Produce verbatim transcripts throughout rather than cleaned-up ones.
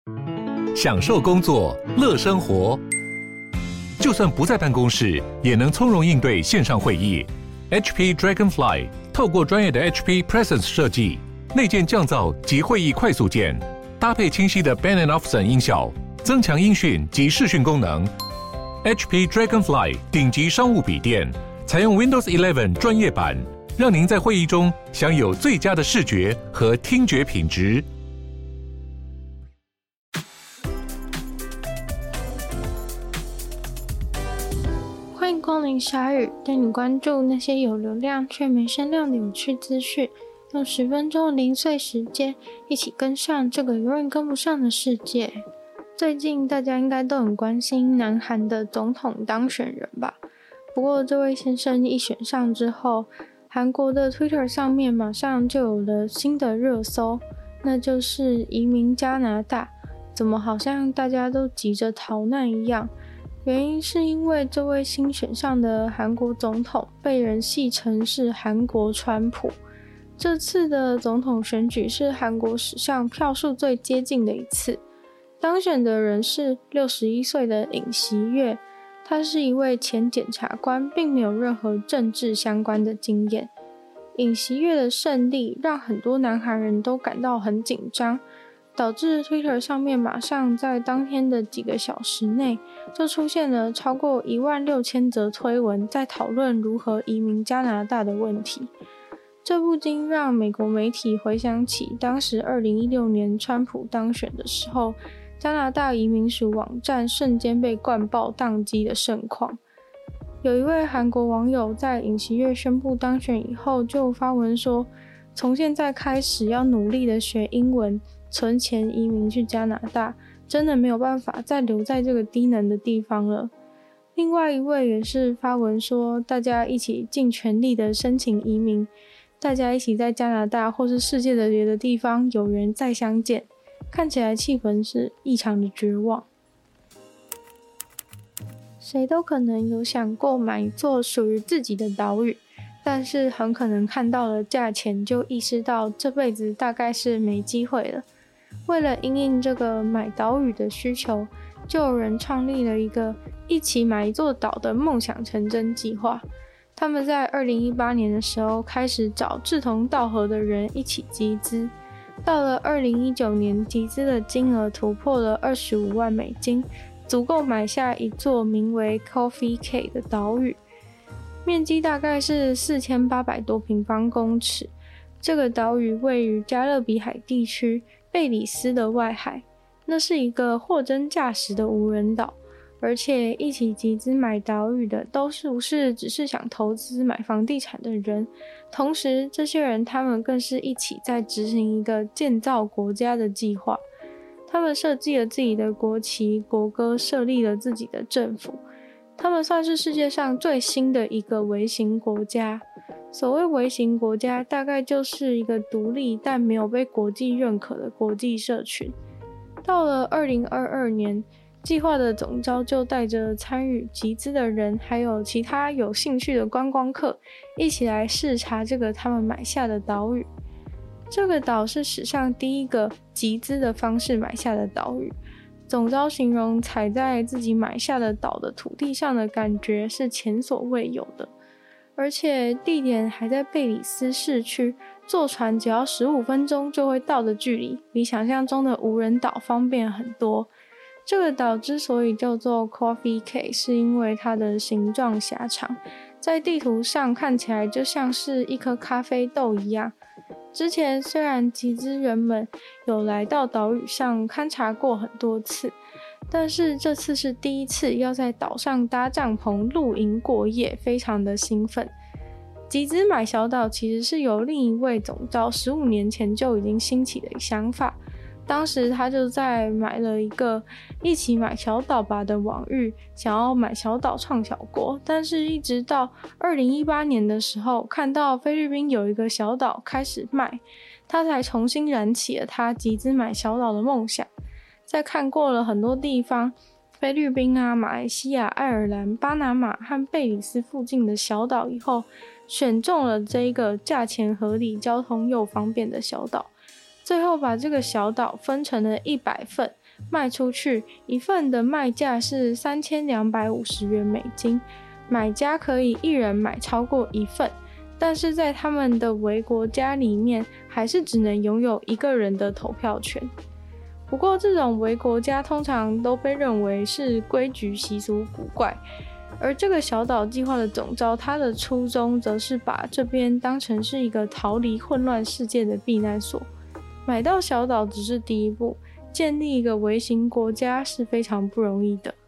享受工作，乐生活。就算不在办公室，也能从容应对线上会议。H P Dragonfly 透过专业的 H P Presence 设计，内建降噪及会议快速键，搭配清晰的 Bang and Olufsen 音效，增强音讯及视讯功能。H P Dragonfly 顶级商务笔电，采用 Windows 十一专业版，让您在会议中享有最佳的视觉和听觉品质。 欢迎光临鲨鱼，带你关注那些有流量却没声量的有趣资讯，用十分钟的零碎时间，一起跟上这个永远跟不上的世界。最近大家应该都很关心南韩的总统当选人吧？不过这位先生一选上之后，韩国的 Twitter 上面马上就有了新的热搜，那就是移民加拿大，怎么好像大家都急着逃难一样？原因是因为这位新选上的韩国总统被人戏称是韩国川普。这次的总统选举是韩国史上票数最接近的一次，当选的人是六十一岁的尹锡悦，他是一位前检察官，并没有任何政治相关的经验。尹锡悦的胜利让很多南韩人都感到很紧张，导致 Twitter 上面马上在当天的几个小时内就出现了超过一万六千则推文，在讨论如何移民加拿大的问题。这不禁让美国媒体回想起当时二零一六年川普当选的时候，加拿大移民署网站瞬间被灌爆宕机的盛况。有一位韩国网友在尹锡悦宣布当选以后就发文说，从现在开始要努力的学英文，存钱移民去加拿大，真的没有办法再留在这个低能的地方了。另外一位也是发文说，大家一起尽全力的申请移民，大家一起在加拿大或是世界的别的地方有缘再相见，看起来气氛是异常的绝望。谁都可能有想过买一座属于自己的岛屿，但是很可能看到了价钱就意识到这辈子大概是没机会了。为了因应这个买岛屿的需求，就有人创立了一个一起买一座岛的梦想成真计划。他们在二零一八年的时候开始找志同道合的人一起集资，到了二零一九年，集资的金额突破了二十五万美金，足够买下一座名为 Coffee Cay 的岛屿，面积大概是四千八百多平方公尺。这个岛屿位于加勒比海地区贝里斯的外海，那是一个货真价实的无人岛。而且一起集资买岛屿的都是不是只是想投资买房地产的人，同时这些人他们更是一起在执行一个建造国家的计划。他们设计了自己的国旗国歌，设立了自己的政府，他们算是世界上最新的一个微型国家。所谓微型国家，大概就是一个独立但没有被国际认可的国际社群。到了二零二二年，计划的总召就带着参与集资的人还有其他有兴趣的观光客一起来视察这个他们买下的岛屿。这个岛是史上第一个集资的方式买下的岛屿，总召形容踩在自己买下的岛的土地上的感觉是前所未有的，而且地点还在贝里斯市区，坐船只要十五分钟就会到的距离，比想象中的无人岛方便很多。这个岛之所以叫做 Coffee Cay， 是因为它的形状狭长，在地图上看起来就像是一颗咖啡豆一样。之前虽然集资人们有来到岛屿上勘察过很多次，但是这次是第一次要在岛上搭帐篷露营过夜，非常的兴奋。集资买小岛其实是由另一位总召十五年前就已经兴起的想法，当时他就在买了一个一起买小岛吧的网域，想要买小岛创小国，但是一直到二零一八年的时候，看到菲律宾有一个小岛开始卖，他才重新燃起了他集资买小岛的梦想。在看过了很多地方，菲律宾啊、马来西亚、爱尔兰、巴拿马和贝里斯附近的小岛以后，选中了这一个价钱合理、交通又方便的小岛。最后把这个小岛分成了一百份， 卖出去，一份的卖价是三千两百五十元美金，买家可以一人买超过一份，但是在他们的为国家里面，还是只能拥有一个人的投票权。不过这种为国家通常都被认为是规矩习俗古怪，而这个小岛计划的总召，他的初衷则是把这边当成是一个逃离混乱世界的避难所。买到小岛只是第一步，建立一个微型国家是非常不容易的。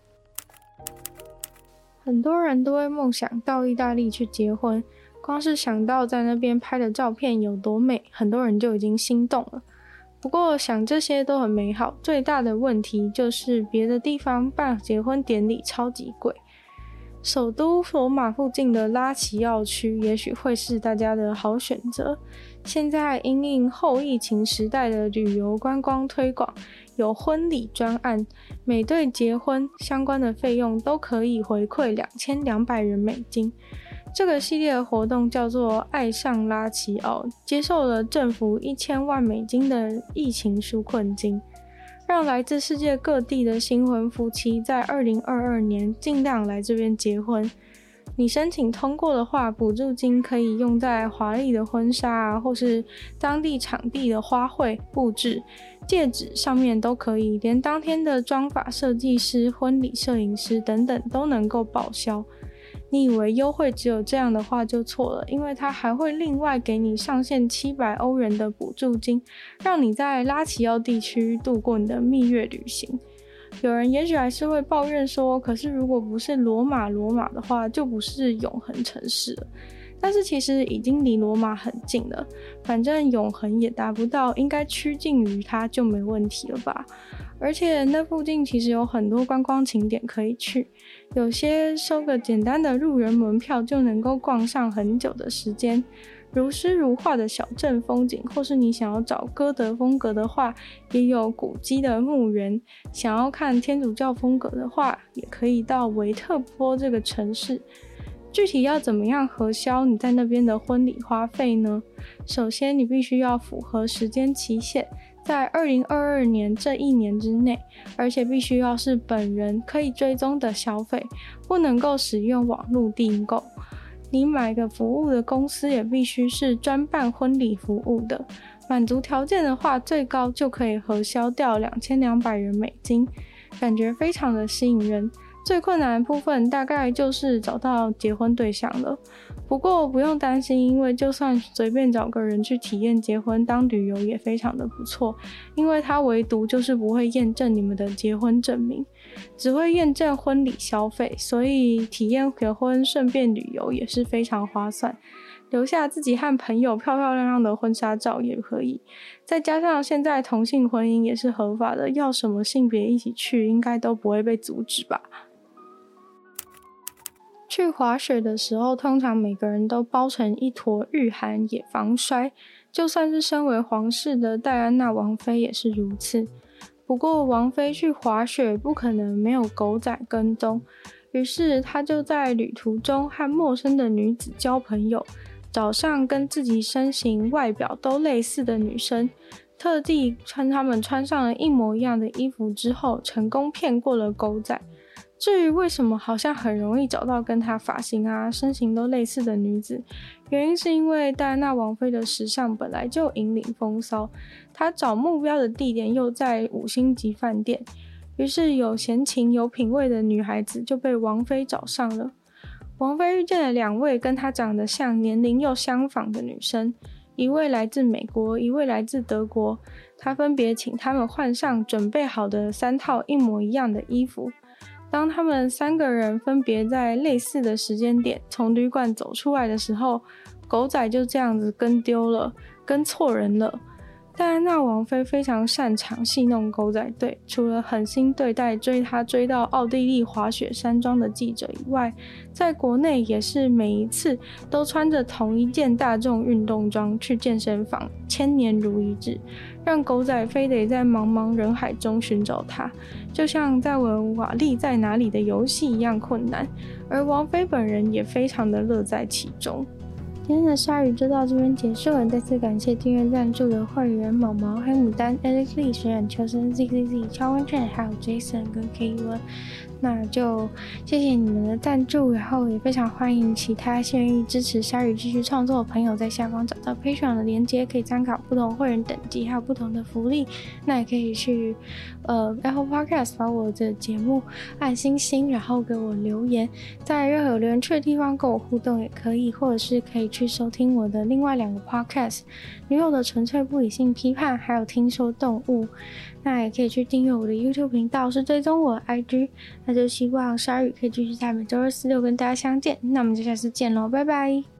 很多人都会梦想到意大利去结婚，光是想到在那边拍的照片有多美，很多人就已经心动了。不过想这些都很美好，最大的问题就是别的地方办结婚典礼超级贵。首都罗马附近的拉齐奥区也许会是大家的好选择。现在因应后疫情时代的旅游观光推广，有婚礼专案，每对结婚相关的费用都可以回馈两千两百元美金。这个系列的活动叫做爱上拉齐奥，接受了政府一千万美金的疫情纾困金，让来自世界各地的新婚夫妻在二零二二年尽量来这边结婚。你申请通过的话，补助金可以用在华丽的婚纱啊，或是当地场地的花卉布置、戒指上面都可以，连当天的妆发设计师、婚礼摄影师等等都能够报销。你以为优惠只有这样的话就错了，因为它还会另外给你上限七百欧元的补助金，让你在拉齐奥地区度过你的蜜月旅行。有人也许还是会抱怨说，可是如果不是罗马罗马的话，就不是永恒城市了。但是其实已经离罗马很近了，反正永恒也达不到，应该趋近于它就没问题了吧。而且那附近其实有很多观光景点可以去，有些收个简单的入园门票就能够逛上很久的时间，如诗如画的小镇风景，或是你想要找歌德风格的话，也有古迹的墓园，想要看天主教风格的话，也可以到维特波这个城市。具体要怎么样核销你在那边的婚礼花费呢？首先你必须要符合时间期限，在二零二二年这一年之内，而且必须要是本人可以追踪的消费，不能够使用网络订购。你买个服务的公司也必须是专办婚礼服务的，满足条件的话，最高就可以核销掉两千两百元美金，感觉非常的吸引人。最困难的部分大概就是找到结婚对象了，不过不用担心，因为就算随便找个人去体验结婚当旅游也非常的不错，因为它唯独就是不会验证你们的结婚证明，只会验证婚礼消费，所以体验结婚顺便旅游也是非常划算。留下自己和朋友漂漂亮亮的婚纱照也可以，再加上现在同性婚姻也是合法的，要什么性别一起去应该都不会被阻止吧。去滑雪的时候，通常每个人都包成一坨御寒也防摔，就算是身为皇室的戴安娜王妃也是如此。不过王妃去滑雪不可能没有狗仔跟踪，于是她就在旅途中和陌生的女子交朋友，找上跟自己身形外表都类似的女生，特地穿她们穿上了一模一样的衣服之后，成功骗过了狗仔。至于为什么好像很容易找到跟她发型啊、身形都类似的女子，原因是因为戴安娜王妃的时尚本来就引领风骚，她找目标的地点又在五星级饭店，于是有闲情有品味的女孩子就被王妃找上了。王妃遇见了两位跟她长得像、年龄又相仿的女生，一位来自美国，一位来自德国，她分别请她们换上准备好的三套一模一样的衣服。当他们三个人分别在类似的时间点从旅馆走出来的时候，狗仔就这样子跟丢了，跟错人了。戴安娜王妃非常擅长戏弄狗仔队，除了狠心对待追她追到奥地利滑雪山庄的记者以外，在国内也是每一次都穿着同一件大众运动装去健身房，千年如一日，让狗仔非得在茫茫人海中寻找她，就像在玩瓦力在哪里的游戏一样困难，而王妃本人也非常的乐在其中。 今天的鲨鱼就到这边结束了，再次感谢订阅赞助的会员毛毛、黑牡丹、Alex Lee、水染秋生、Z Z Z、超温泉，还有 Jason 跟 K 文。那就谢谢你们的赞助，然后也非常欢迎其他愿意支持鲨鱼继续创作的朋友在下方找到 Patreon 的连结，可以参考不同会员等级还有不同的福利。那也可以去呃 Apple Podcast 把我的节目按星星，然后给我留言，在任何有留言区的地方跟我互动也可以，或者是可以去收听我的另外两个 Podcast 女友的纯粹不理性批判还有听说动物。那也可以去订阅我的 YouTube 频道，是追踪我的 I G。 那就希望鲨鱼可以继续在每周二四六跟大家相见，那我们就下次见咯，拜拜。